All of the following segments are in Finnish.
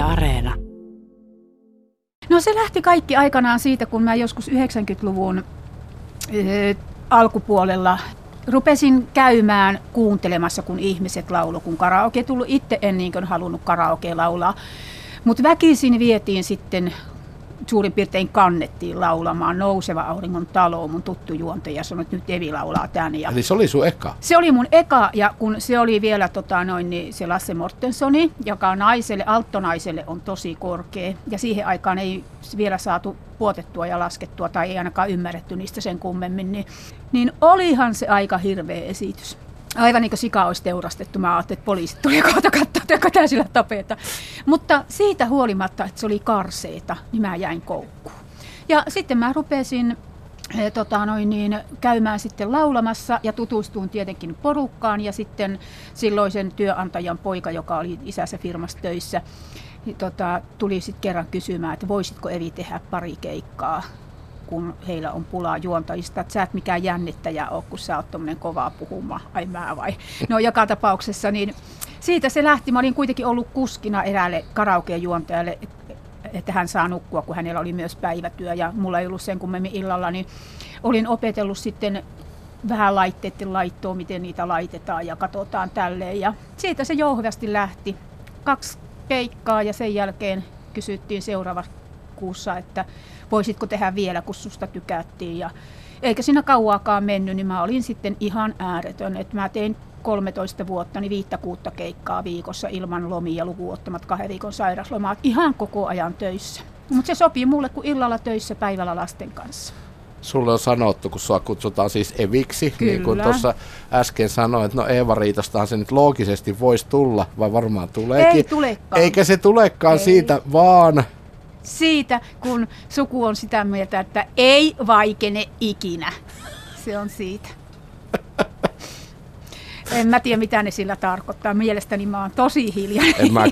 Areena. No se lähti kaikki aikanaan siitä, kun mä joskus 90-luvun alkupuolella rupesin käymään kuuntelemassa, kun ihmiset lauloi, kun karaoke tullut. Itse en niin kuin halunnut karaoke laulaa, mutta väkisin vietiin sitten, suurin piirtein kannettiin laulamaan Nouseva auringon talo, mun tuttu juontaja sanoi, että nyt Evi laulaa tän. Eli se oli sun eka? Se oli mun eka, ja kun se oli vielä niin se Lasse Mortensoni, joka alttonaiselle on tosi korkea, ja siihen aikaan ei vielä saatu puotettua ja laskettua, tai ei ainakaan ymmärretty niistä sen kummemmin, niin olihan se aika hirveä esitys. Aivan niin kuin sika olisi teurastettu. Mä ajattelin, että poliisit tuli kohta katsoa, että tämä sillä tapeta. Mutta siitä huolimatta, että se oli karseeta, niin mä jäin koukkuun. Ja sitten mä rupesin käymään sitten laulamassa ja tutustuin tietenkin porukkaan. Ja sitten silloisen työnantajan poika, joka oli isänsä firmassa töissä, tuli sitten kerran kysymään, että voisitko Evi tehdä pari keikkaa, kun heillä on pulaa juontajista, että sä et mikään jännittäjä ole, kun sä oot tommonen kovaa puhumaan, ai mä vai. No joka tapauksessa, niin siitä se lähti. Mä olin kuitenkin ollut kuskina eräälle karaoke-juontajalle, että hän saa nukkua, kun hänellä oli myös päivätyö ja mulla ei ollut sen kummemmin illalla, niin olin opetellut sitten vähän laitteiden laittoa, miten niitä laitetaan ja katsotaan tälleen. Ja siitä se jouhevasti lähti. 2 keikkaa ja sen jälkeen kysyttiin seuraava kuussa, että voisitko tehdä vielä, kun susta tykättiin. Ja eikä siinä kauaakaan mennyt, niin mä olin sitten ihan ääretön. Että mä tein 13 vuotta, niin 5-6 keikkaa viikossa ilman lomia, lukuun ottamat 2 viikon sairaslomaa. Ihan koko ajan töissä. Mutta se sopii mulle, kun illalla töissä, päivällä lasten kanssa. Sulle on sanottu, kun sua kutsutaan siis Eviksi, kyllä, niin kuin tuossa äsken sanoin, että no Eeva-Riitastahan se nyt loogisesti voisi tulla, vai varmaan tuleekin. Ei tulekaan. Eikä se tulekaan siitä, vaan siitä, kun suku on sitä mieltä, että ei vaikene ikinä. Se on siitä. En mä tiedä, mitä ne sillä tarkoittaa. Mielestäni mä oon tosi hiljainen.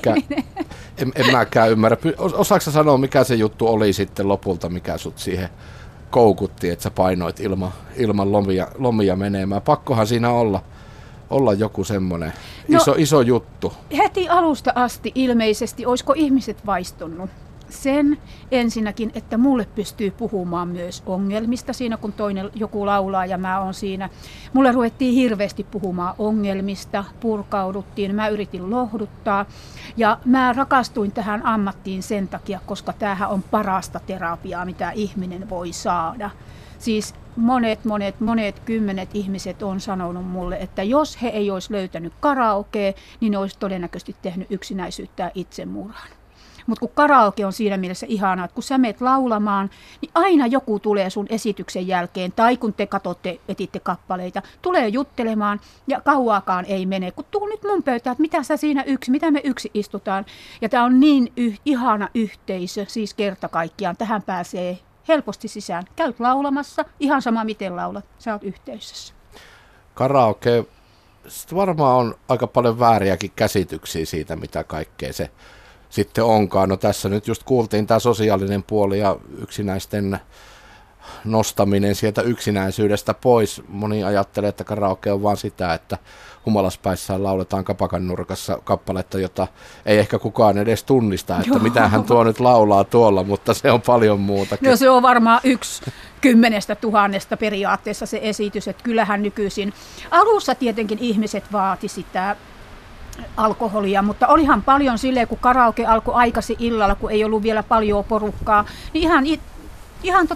En mäkään ymmärrä. Osaatko sanoa, mikä se juttu oli sitten lopulta, mikä sut siihen koukutti, että sä painoit ilman lomia menemään? Pakkohan siinä olla joku semmoinen iso juttu. Heti alusta asti ilmeisesti, olisiko ihmiset vaistunut sen ensinnäkin, että mulle pystyy puhumaan myös ongelmista siinä, kun toinen joku laulaa ja mä oon siinä. Mulle ruvettiin hirveästi puhumaan ongelmista, purkauduttiin, mä yritin lohduttaa ja mä rakastuin tähän ammattiin sen takia, koska tämähän on parasta terapiaa, mitä ihminen voi saada. Siis monet kymmenet ihmiset on sanonut mulle, että jos he ei olisi löytänyt karaokea, niin ne olisi todennäköisesti tehnyt yksinäisyyttä ja itsemurhan. Mutta kun karaoke on siinä mielessä ihanaa, että kun sä meet laulamaan, niin aina joku tulee sun esityksen jälkeen, tai kun te etitte kappaleita, tulee juttelemaan ja kauaakaan ei mene. Kun tuu nyt mun pöytään, että mitä me yksi istutaan. Ja tää on niin ihana yhteisö, siis kerta kaikkiaan. Tähän pääsee helposti sisään. Käyt laulamassa, ihan sama miten laulat, sä oot yhteisössä. Karaoke, varmaan on aika paljon vääriäkin käsityksiä siitä, mitä kaikkea se sitten onkaan. No tässä nyt just kuultiin tämä sosiaalinen puoli ja yksinäisten nostaminen sieltä yksinäisyydestä pois. Moni ajattelee, että karaoke on vaan sitä, että humalaspäissään lauletaan kapakan nurkassa kappaletta, jota ei ehkä kukaan edes tunnista, että mitä hän tuo nyt laulaa tuolla, mutta se on paljon muutakin. No se on varmaan 1 10 000 periaatteessa se esitys, että kyllähän nykyisin alussa tietenkin ihmiset vaati sitä alkoholia, mutta olihan paljon silleen, kun karaoke alkoi aikaisin illalla, kun ei ollut vielä paljon porukkaa, niin ihan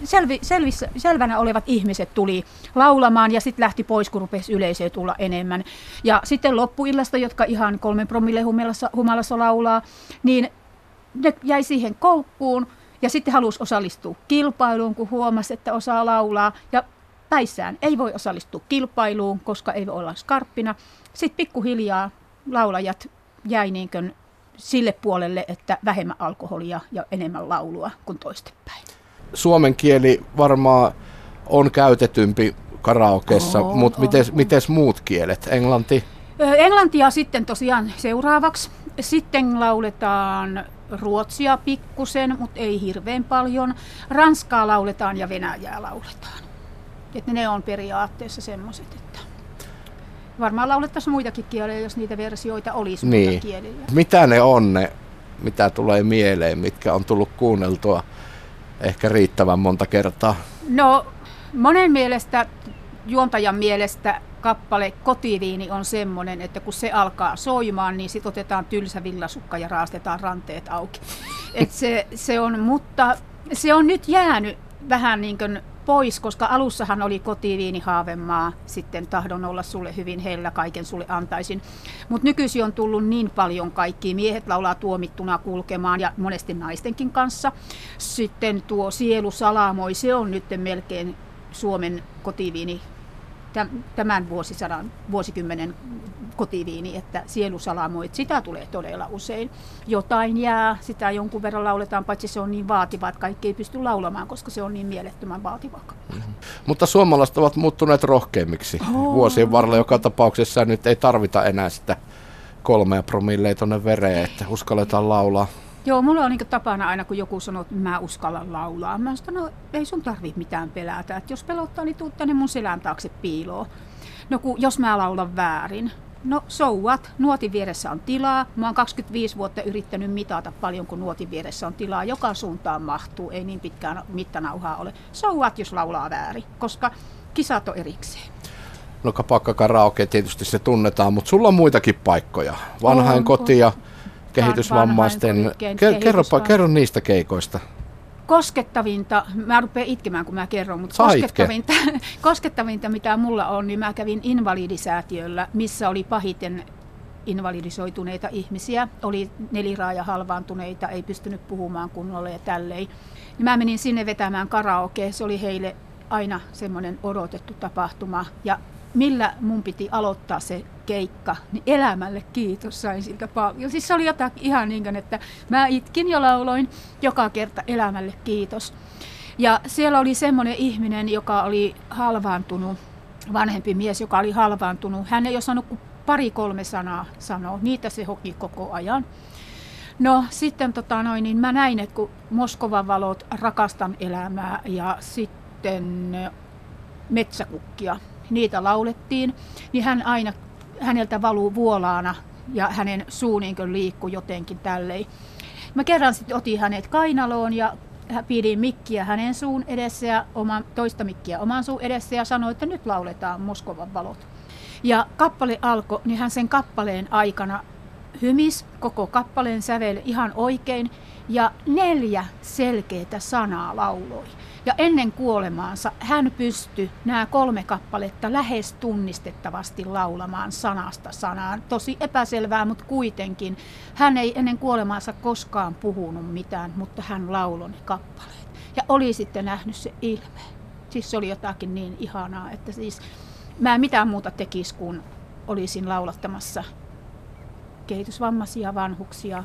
selvänä olevat ihmiset tuli laulamaan ja sitten lähti pois, kun rupesi yleisöä tulla enemmän. Ja sitten loppuillasta, jotka ihan 3 promille humalassa laulaa, niin ne jäi siihen koukkuun ja sitten halusi osallistua kilpailuun, kun huomasi, että osaa laulaa. Ja päissään ei voi osallistua kilpailuun, koska ei voi olla skarppina. Sitten pikkuhiljaa laulajat jäi niin kuin sille puolelle, että vähemmän alkoholia ja enemmän laulua kuin toistepäin. Suomen kieli varmaan on käytetympi karaokeessa, mutta mites muut kielet? Englanti? Englantia sitten tosiaan seuraavaksi. Sitten lauletaan ruotsia pikkusen, mutta ei hirveän paljon. Ranskaa lauletaan ja venäjää lauletaan. Että ne on periaatteessa semmoiset, että varmaan laulettaisiin muitakin kieliä, jos niitä versioita olisi muita kielillä. Mitä ne on ne mitä tulee mieleen, mitkä on tullut kuunneltua ehkä riittävän monta kertaa? No monen mielestä, juontajan mielestä kappale Kotiviini on semmoinen, että kun se alkaa soimaan, niin sitten otetaan tylsä villasukka ja raastetaan ranteet auki. Se on, mutta se on nyt jäänyt vähän niin kuin pois, koska alussahan oli Kotiviini Haavemaa, sitten tahdon olla sulle hyvin hellä, kaiken sulle antaisin. Mutta nykyisin on tullut niin paljon kaikkia, miehet laulaa tuomittuna kulkemaan ja monesti naistenkin kanssa. Sitten tuo Sielu salamoi, se on nyt melkein Suomen kotiviini, tämän vuosikymmenen kotiviini, että Sielu salamoi, sitä tulee todella usein. Jotain jää, sitä jonkun verran lauletaan, paitsi se on niin vaativa, että kaikki ei pysty laulamaan, koska se on niin mielettömän vaativa. Mutta suomalaiset ovat muuttuneet rohkeimmiksi vuosien varrella. Joka tapauksessa nyt ei tarvita enää sitä 3 promillea tuonne vereen, että uskalletaan laulaa. Joo, mulla on niin tapana aina, kun joku sanoo, että mä uskallan laulaa. Mä sanon, no ei sun tarvitse mitään pelätä. Että jos pelottaa, niin tuu tänne mun selän taakse piiloon. No jos mä laulan väärin. No so what? Nuotin vieressä on tilaa. Mä oon 25 vuotta yrittänyt mitata paljon, kun nuotin vieressä on tilaa. Joka suuntaan mahtuu, ei niin pitkään mittanauhaa ole. So what, jos laulaa väärin, koska kisat on erikseen. No Kapakka Karaoke tietysti se tunnetaan, mutta sulla on muitakin paikkoja. Vanhain koti ja kehitysvammaisten. Kerro niistä keikoista. Koskettavinta, mä rupean itkemään kun mä kerron, mutta koskettavinta mitä mulla on, niin mä kävin Invalidisäätiöllä, missä oli pahiten invalidisoituneita ihmisiä. Oli neliraaja halvaantuneita, ei pystynyt puhumaan kunnolla ja tälleen. Mä menin sinne vetämään karaokea, se oli heille aina semmoinen odotettu tapahtuma. Ja millä mun piti aloittaa se keikka, niin elämälle kiitos, sain siltä paljon. Siis se oli jotakin ihan niin kuin, että mä itkin ja lauloin joka kerta elämälle kiitos. Ja siellä oli semmoinen ihminen, joka oli halvaantunut, vanhempi mies, joka oli halvaantunut. Hän ei osannut kuin 2-3 sanaa sanoa, niitä se hoki koko ajan. No sitten niin mä näin, että kun Moskovan valot, Rakastan elämää ja sitten Metsäkukkia, niitä laulettiin, niin häneltä valuu vuolaana ja hänen suu liikkui jotenkin tälleen. Mä kerran sitten otin hänet kainaloon ja pidin mikkiä hänen suun edessä ja toista mikkiä oman suun edessä ja sanoin, että nyt lauletaan Moskovan valot. Ja kappale alkoi, niin hän sen kappaleen aikana hymis koko kappaleen sävel ihan oikein ja 4 selkeää sanaa lauloi. Ja ennen kuolemaansa hän pystyi nämä 3 kappaletta lähes tunnistettavasti laulamaan sanasta sanaan. Tosi epäselvää, mutta kuitenkin. Hän ei ennen kuolemaansa koskaan puhunut mitään, mutta hän lauloi ne kappaleet. Ja oli sitten nähnyt se ilme. Siis se oli jotakin niin ihanaa, että siis mä en mitään muuta tekisi, kun olisin laulattamassa kehitysvammaisia vanhuksia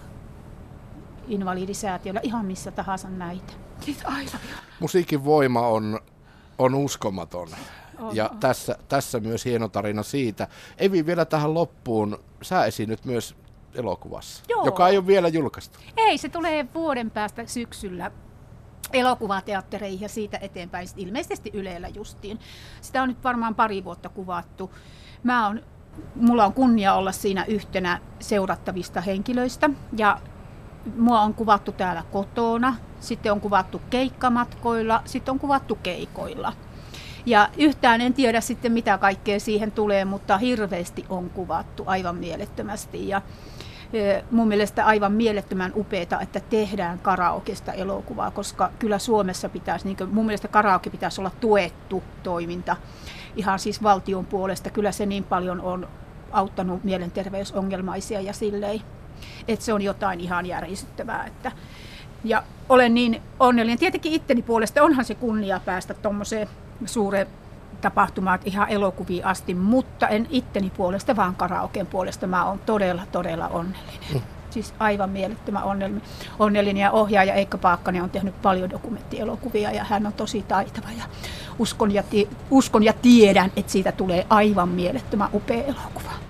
Invalidisäätiöllä, ihan missä tahansa näitä. Siis aivan. Musiikin voima on uskomaton. Ja tässä myös hieno tarina siitä. Evi, vielä tähän loppuun. Sä esiinnyt myös elokuvassa, joka ei ole vielä julkaistu. Ei, se tulee vuoden päästä syksyllä elokuvateattereihin ja siitä eteenpäin. Ilmeisesti Ylellä justiin. Sitä on nyt varmaan 2 vuotta kuvattu. Mulla on kunnia olla siinä yhtenä seurattavista henkilöistä ja mua on kuvattu täällä kotona, sitten on kuvattu keikkamatkoilla, sitten on kuvattu keikoilla. Ja yhtään en tiedä sitten mitä kaikkea siihen tulee, mutta hirveästi on kuvattu aivan mielettömästi. Ja mun mielestä aivan mielettömän upeata, että tehdään karaokesta elokuvaa, koska kyllä Suomessa pitäisi, mun mielestä karaoke pitäisi olla tuettu toiminta ihan siis valtion puolesta. Kyllä se niin paljon on auttanut mielenterveysongelmaisia ja silleen. Että se on jotain ihan järisyttävää. Ja olen niin onnellinen. Tietenkin itteni puolesta onhan se kunnia päästä tuommoiseen suureen tapahtumaan ihan elokuviin asti, mutta en itteni puolesta, vaan karaokeen puolesta. Mä oon todella, todella onnellinen. Siis aivan mielettömän onnellinen. Ja ohjaaja Eikka Paakkanen on tehnyt paljon dokumenttielokuvia ja hän on tosi taitava. Ja uskon ja tiedän, että siitä tulee aivan mielettömän upea elokuva.